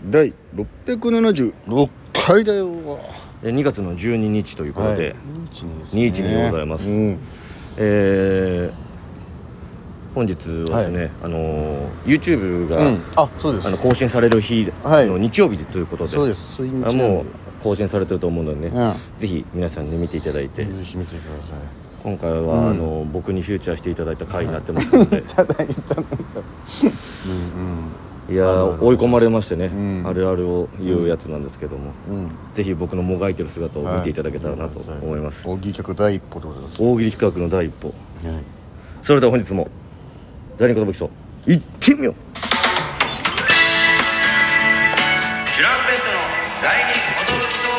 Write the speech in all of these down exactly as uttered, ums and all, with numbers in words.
だいろっぴゃくななじゅうろっかいだよ。 にがつのじゅうににちということで、はい、 にじゅういちにですね、にじゅういちにでございます、うん、えー、本日はですね、はい、あの YouTube が、うん、 あそうですあの更新される日の、はい、日曜日ということで、 そうです、水日もう更新されてると思うのでね、うん、ぜひ皆さんに見ていただいて、 ぜひ見てください。 今回は、うん、あの僕にフューチャーしていただいた回になってますので、いただいたのかうん、うん、いや追い込まれましてね、うん、あるあるを言うやつなんですけども、うん、ぜひ僕のもがいてる姿を見ていただけたらなと思います、 はい、大喜利企画第一歩でございます。 大喜利企画の第一歩、はい、それでは本日も第二言武器層行ってみよう。チュランペットの第二言武器層。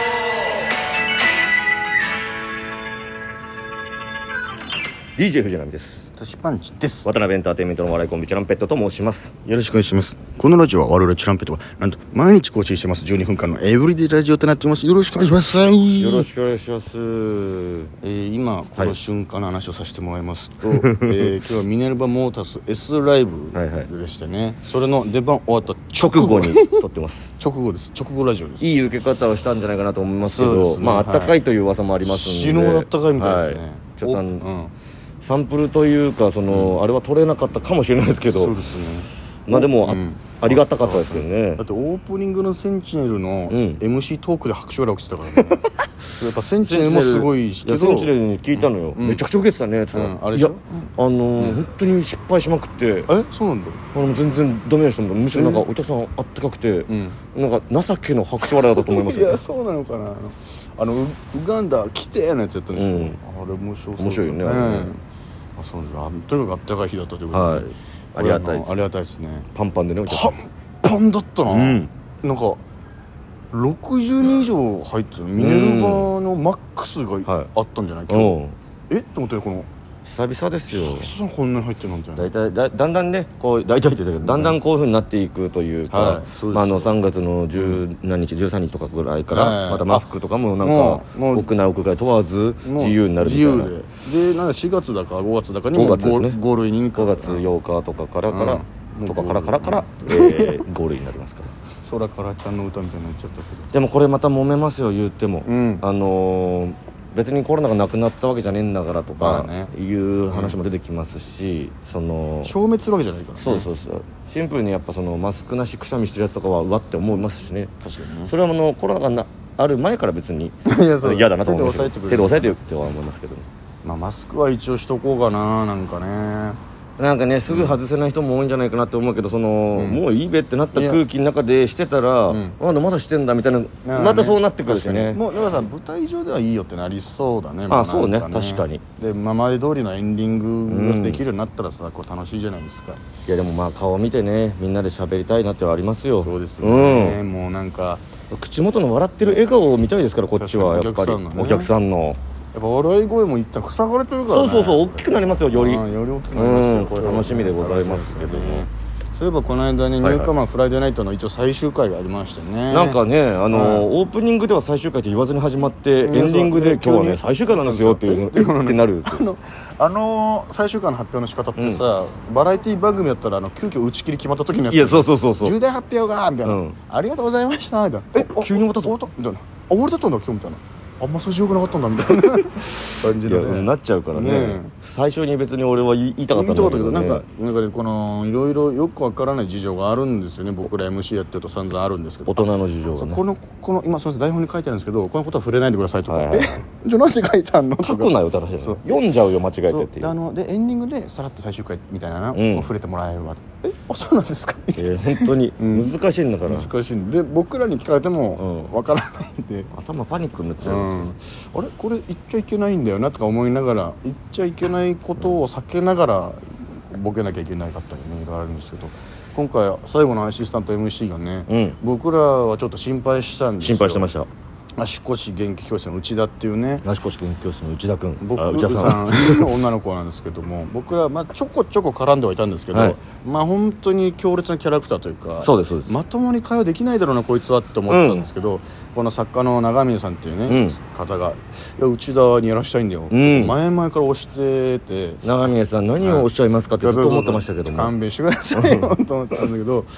ディージェー 藤波です。 私パンチです。 渡辺エンターテインメントの笑いコンビチュランペットと申します。 よろしくお願いします。このラジオは我々チュランペットがなんと毎日更新してます。じゅうにふんかんのエブリデイラジオとなっています。よろしくお願いします。 よろしくお願いします。えー、今この瞬間の話をさせてもらいますと、はい、えー、今日はミネルヴァモータス S ライブでしてね、はいはい、それの出番終わった直後に撮ってます直後です。直後ラジオです。 いい受け方をしたんじゃないかなと思いますけど、ね、まああったかいという噂もありますので、 死ぬほどあったかいみたいですね、はい、 ちょっとあの、うん、サンプルというかその、うん、あれは取れなかったかもしれないですけど、 そうですね、 まあでも あ,、うん、ありがたかったですけどね。 だってオープニングのセンチネルの エムシー トークで拍手が起きてたからね、やっぱセンチネルもすごいけど、 センチネルに聞いたのよ、うん、めちゃくちゃ受けてたねって言ったら、うん、あれでしょ、いやあのーうん、本当に失敗しまくって、 えそうなんだ、 あの全然ダメな人もむしろなんかお客さんあったかくて、うん、なんか情けの拍手笑いだったと思いますよいやそうなのかな、あのウガンダ来てーなやつやったんでしょ、うん、あれ面白そう、 面白いよね、あれね、 あそうです。あとにかくあったかい日だったということで、はい、 ありがたいです。 ありがたいですね。 パンパンでね、お客さんパンパンだったな、うん、なんかろくじゅうにん以上入ってた。ミネルヴァのマックスがあったんじゃない、はい、今日えっと思って、この久々ですよ。 久々こんなに入ってるなんて。 だいたい だ, だんだんねこう大体って言ったけど、だんだんこういう風になっていくというか、はい、まあ、あのさんがつのじゅう何日じゅうさんにちとかぐらいから、はい、またマスクとかもなんか屋内屋外問わず自由になるみたいな。 自由ででなんかしがつだかごがつだかにもごがつですね、 ご類認可、 ごがつようかとかからから、うん、とかからからから、えー、ご類になりますから空からちゃんの歌みたいになっちゃったけど、 でもこれまた揉めますよ言っても、うん、あのー別にコロナがなくなったわけじゃねえんだからとかいう話も出てきますし、うん、その消滅するわけじゃないからね。 そうそうそう、シンプルにやっぱそのマスクなしくしゃみしてるやつとかはうわって思いますしね。 確かにね、 それはあのコロナがなある前から別に嫌だなと思いますけど、手で押さえてるっては思いますけど、 まあ、マスクは一応しとこうかな。なんかねなんかねすぐ外せない人も多いんじゃないかなって思うけど、その、うん、もういいべってなった空気の中でしてたら、うん、まだまだしてんだみたいな、ね、またそうなってくるしね。 もうだからさ、舞台上ではいいよってなりそうだね。 ああそうね、確かに。 で今まで通りのエンディングができるようになったらさ、うん、こう楽しいじゃないですか。 いやでもまあ顔見てねみんなで喋りたいなってはありますよ。 そうですね、うん、もうなんか口元の笑ってる笑顔を見たいですから、こっちはやっぱりお客さんのやっぱ笑い声も一旦塞がれてるからね。 そうそうそう、大きくなりますよ、よりより大きくなりますよ、うん、 これ楽しみでございますけども、ね、 そういえばこの間ね、ニューカマンフライデーナイトの一応最終回がありましてね。 なんかね、あの、はい、オープニングでは最終回って言わずに始まって、うん、エンディングで今日はね最終回なんですよっていうってなるあのあの最終回の発表の仕方ってさ、うん、バラエティ番組だったらあの急遽打ち切り決まった時のやつ、 いやそうそうそうそう、 重大発表がみたいな、うん、ありがとうございましたみたいな、え急に終わったぞみたいな、あ終わりだったんだ今日みたいな、あんま筋よくなかったんだみたいな感じで、ね、 なっちゃうから ね, ね最初に別に俺は言いたかったんだけど、ね、 なんかなんかね、このいろいろよくわからない事情があるんですよね。僕ら エムシー やってると散々あるんですけど、 大人の事情がね、 このこの今すみません台本に書いてあるんですけど、このことは触れないでくださいとか、はいはい、えじゃあなんで書いてあるのとか、 書くなよって話ですよ、読んじゃうよ間違えてっていう。 であのでエンディングでさらっと最終回みたいなのを触れてもらえるわ、うん、えあそうなんですかいや本当に難しいんだから、 うん、難しいんで僕らに聞かれてもわからないんで、うん、 頭パニックになっちゃうんですよ、 うん、あれこれ言っちゃいけないんだよなとか思いながら、言っちゃいけないことを避けながらボケなきゃいけないかったりね、いろいろあるんですけど、今回最後のアシスタント エムシー がね、うん、僕らはちょっと心配したんですよ。 心配してました。 足腰元気教室の内田っていうね、 足腰元気教室の内田君、 僕内田さん女の子なんですけども、僕ら、まあ、ちょこちょこ絡んではいたんですけど、はい、まあ本当に強烈なキャラクターというか、 そうですそうです、 まともに会話できないだろうなこいつはって思ってたんですけど、うん、この作家の長峰さんっていうね、うん、方がいや内田にやらしたいんだよ、うん、前々から推してて、 長峰さん何をおっしゃいますかってずっと思ってましたけども、 勘弁してくださいよと思ったんだけど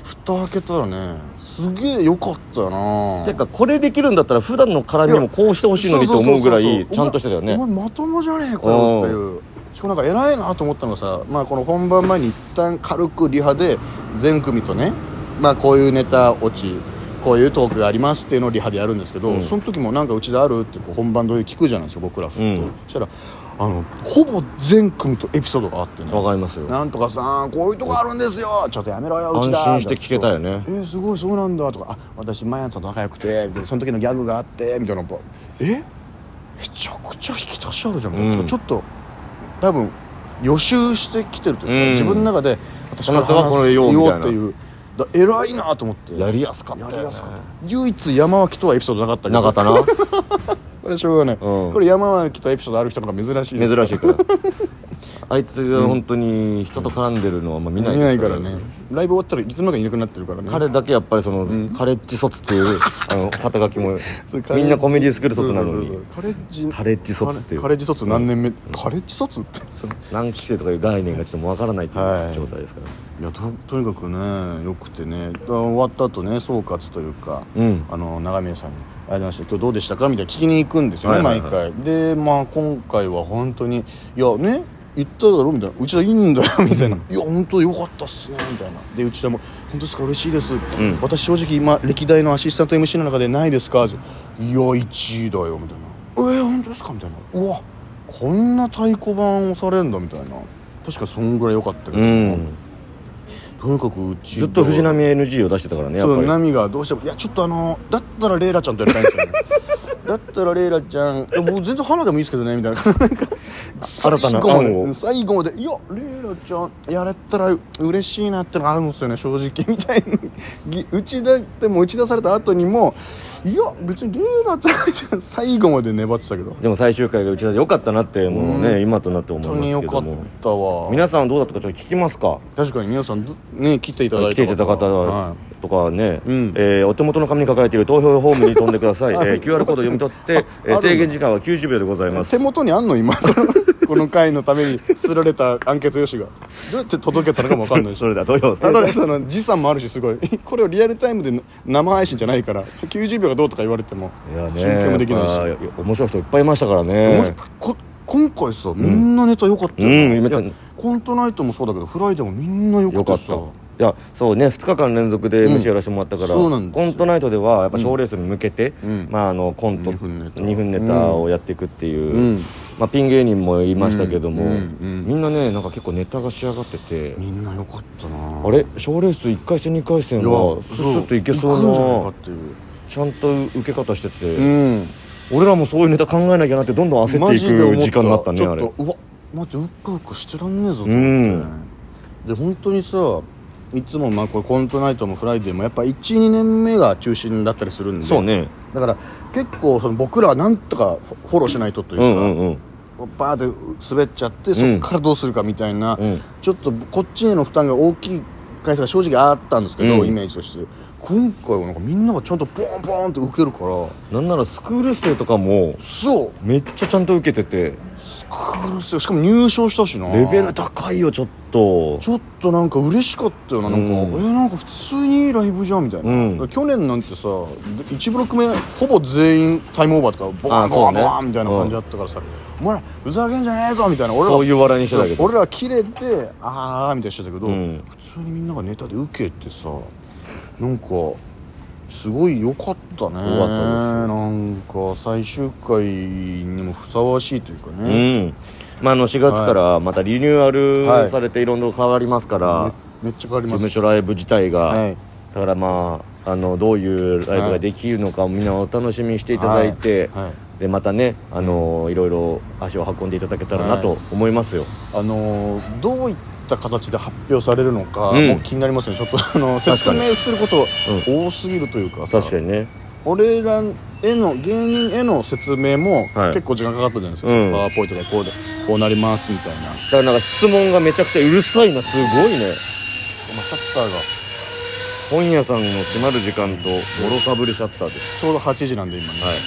蓋開けたらねすげえ良かったよな。 てかこれできるんだったら普段の絡みもこうしてほしいのにと思うぐらいちゃんとしてたよね。 お前まともじゃねえかよっていう。しかもなんか偉いなと思ったのがさ、まあ、この本番前に一旦軽くリハで全組とね、まあ、こういうネタ落ちこういうトークがありますっていうのをリハでやるんですけど、うん、その時もなんかうちであるってこう本番で聞くじゃないですか僕らふっと、うん、そしたらあのほぼ全組とエピソードがあってね。 わかりますよ。 なんとかさんこういうとこあるんですよちょっとやめろようちだ安心して聞けたよね。 えー、すごいそうなんだとかあ私マヤンさんと仲良くてみたいなその時のギャグがあってみたいなえめちゃくちゃ引き出しあるじゃん、うん、ちょっと多分予習してきてるというか、うん、自分の中で私から話すよっていうだ偉いなと思ってやりやすかったよね。 やりやすかった。唯一山脇とはエピソードなかったけどなかったなこれしょうがない、うん、これ山脇とエピソードある人の方が珍しいです珍しいからあいつが本当に人と絡んでるのはあんま見ないですから、ね、 見ないからね。ライブ終わったらいつの間にいなくなってるからね。 彼だけやっぱりその、うん、カレッジ卒っていうあの肩書きもみんなコメディスクール卒なのにそうそうそうカレッジカレッジ卒っていうカレッジ卒何年目、うん、カレッジ卒って何期生とかいう概念がちょっともう分からないっていう状態ですから、はい、 いや と, とにかくねよくてね終わった後ね総括というか、うん、あの長宮さんにありがとうございました今日どうでしたかみたいな聞きに行くんですよね、はいはいはい、毎回でまあ今回は本当にいやね言っただろみたいな内田いいんだよみたいな、うん、いや本当良かったっすねみたいなで内田も本当ですか嬉しいです、うん、私正直今歴代のアシスタント エムシー の中でないですかいやいちいだよみたいなえー、本当ですかみたいなうわこんな太鼓判押されんだみたいな確かそんぐらい良かったけど、うん、とにかくうちずっと藤波 エヌジー を出してたからねやっぱりそう波がどうしてもいやちょっとあのだったらレイラちゃんとやりたいんですよねだったらレイラちゃんいやもう全然花でもいいですけどねみたいななんか新たな案を最後までいやレイラちゃんやれたら嬉しいなってのがあるんですよね正直みたいに打ち出でも打ち出された後にもいや別にレイラちゃん最後まで粘ってたけどでも最終回が打ち出でよかったなってもうね、うん、今となって思いますけども本当によかったわ皆さんどうだったかちょっと聞きますか。 確かに皆さんね来ていただいた方来ていただいた方、はいとかね、うん、えー、お手元の紙に書かれている投票フォームに飛んでください、えー、キューアール コード読み取って、えー、制限時間はきゅうじゅうびょうでございます。 手元にあんの今この回のためにすられたアンケート用紙がどうやって届けたのかも分かんないしそれでは投票スタートです。 その時差もあるしすごいこれをリアルタイムで生配信じゃないからきゅうじゅうびょうがどうとか言われてもいや、ね、 真剣もできないし面白い人いっぱいいましたからね。 今回さみんなネタ良かったよ、 うんうん、 いやコントナイトもそうだけどフライデーもみんな良くてさいやそうねふつかかん連続で エムシー やらせてもらったから、うん、コントナイトではやっぱ賞レースに向けて、うんまあ、あのコントにふんネタをやっていくっていう、うんまあ、ピン芸人もいましたけども、うんうん、みんなねなんか結構ネタが仕上がっててみんな良かったなあれ賞レースいっかい戦にかい戦はスッといけそうなちゃんと受け方してて、うん、俺らもそういうネタ考えなきゃなってどんどん焦っていく時間になったね。あれうわ待ってうっかうっかしてらんねえぞと思って、うん、で本当にさいつもまあこれコントナイトもフライデーもやっぱ いち,に 年目が中心だったりするんでそうねだから結構その僕らはなんとかフォローしないとというか、うんうんうん、バーって滑っちゃってそこからどうするかみたいな、うん、ちょっとこっちへの負担が大きい回数が正直あったんですけど、うん、イメージとして今回はなんかみんながちゃんとポンポンって受けるからなんならスクール生とかもそうめっちゃちゃんと受けててスクール生しかも入賞したしなレベル高いよちょっとちょっとなんか嬉しかったよななんか、うん、えー、なんか普通にいいライブじゃんみたいな、うん、去年なんてさいちブロック目ほぼ全員タイムオーバーとかボワンボワンボワンみたいな感じだったからさ、うん、お前ふざけんじゃねえぞみたいな俺らそういう笑いにしてたけど俺らキレてあーみたいにしてたけど、うん、普通にみんながネタで受けてさなんかすごい良かったね。良かったです。なんか最終回にもふさわしいというかね、 うんまあ、あのしがつからまたリニューアルされていろいろ変わりますから、はい、 め, めっちゃ変わります事務所ライブ自体が、はい、だからまああのどういうライブができるのかをみんなお楽しみにしていただいて、はいはい、でまたねあのいろいろ足を運んでいただけたらなと思いますよ、 はい、あのどういった形で発表されるのか、うん、もう気になりますね。ちょっとあの説明すること多すぎるというかさ、 確かにね俺らへの芸人への説明も結構時間かかったじゃないですか、はい、パワーポイントでこうでこうなりますみたいな。だからなんか質問がめちゃくちゃうるさいなすごいね。まあ、 シャッターが本屋さんの閉まる時間ともろかぶりシャッターです。 ちょうどはちじなんで今ね、はい、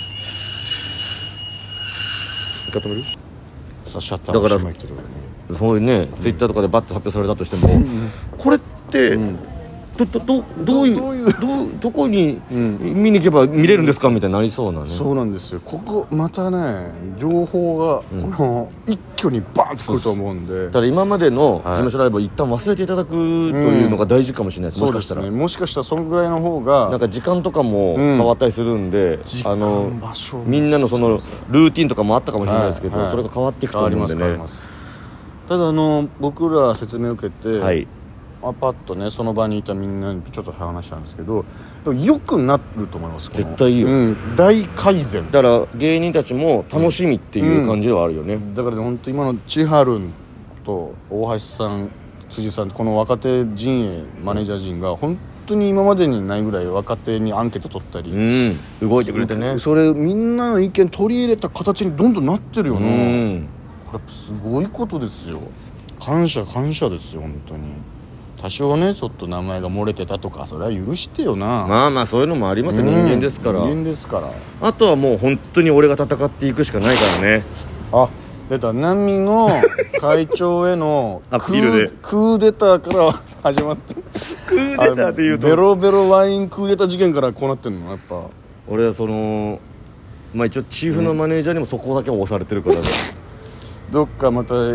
一回止めるさあシャッターが閉まってるからね。 そういうね、うん、ツイッターとかでバッと発表されたとしても、うん、これって、うん、 どどどどういうどうどこに見に行けば見れるんですかみたいになりそうなね。 そうなんですよ。ここまたね情報がこの一挙にバーンとくると思うんで、 だから今までの事務所ライブを一旦忘れていただくというのが大事かもしれないです、もしかしたら。 そうですね、もしかしたらそのぐらいの方がなんか時間とかも変わったりするんで、 うん、 あの場所みんなのそのルーティンとかもあったかもしれないですけど、はいはい、それが変わっていくと思うんでね。 ただあの僕ら説明を受けて、 はい、 パッとねその場にいたみんなにちょっと話したんですけど、でも良くなると思います。 絶対いいよ、うん、 大改善だから芸人たちも楽しみっていう感じではあるよね、うん、 だからね本当今の千春と大橋さん辻さんこの若手陣営マネージャー陣が本当に今までにないぐらい若手にアンケート取ったり、 うん、動いてくれてね、 それみんなの意見取り入れた形にどんどんなってるよな、うん、これすごいことですよ。感謝感謝ですよ本当に。多少ねちょっと名前が漏れてたとかそれは許してよな。 まあまあそういうのもありますよ、うん、人間ですから人間ですから。 あとはもう本当に俺が戦っていくしかないからね。 あ出た波の会長へのアピールでクーデターから始まってクーデターっていうとベロベロワインクーデター事件からこうなってんの。やっぱ俺はそのまあ一応チーフのマネージャーにもそこだけは押されてるからね、 うん、どっかまた、うん、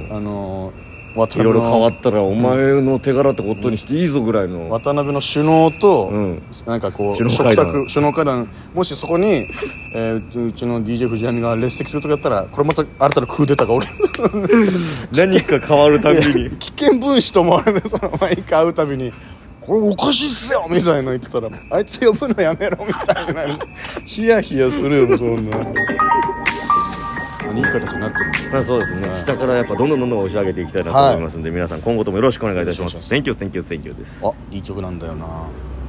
あのいろいろ変わったらお前の手柄ってことにしていいぞぐらいの、 うん、渡辺の首脳と、うん、なんかこう首脳会談食卓首脳会談もしそこに、えー、うち、うちの ディージェー 藤波が列席するときやったらこれまた新たなクーデターが起きる何か変わるたびに危険分子と思われるその毎回会うたびにこれおかしいっすよみたいな言ってたらあいつ呼ぶのやめろみたいなヒヤヒヤするよそんないい形になってる。 まあそうですね、はい、下からやっぱどんどんどんどん押し上げていきたいなと思いますので、はい、皆さん今後ともよろしくお願いいたします。 Thank you, thank you, thank you です。 あ、いい曲なんだよな。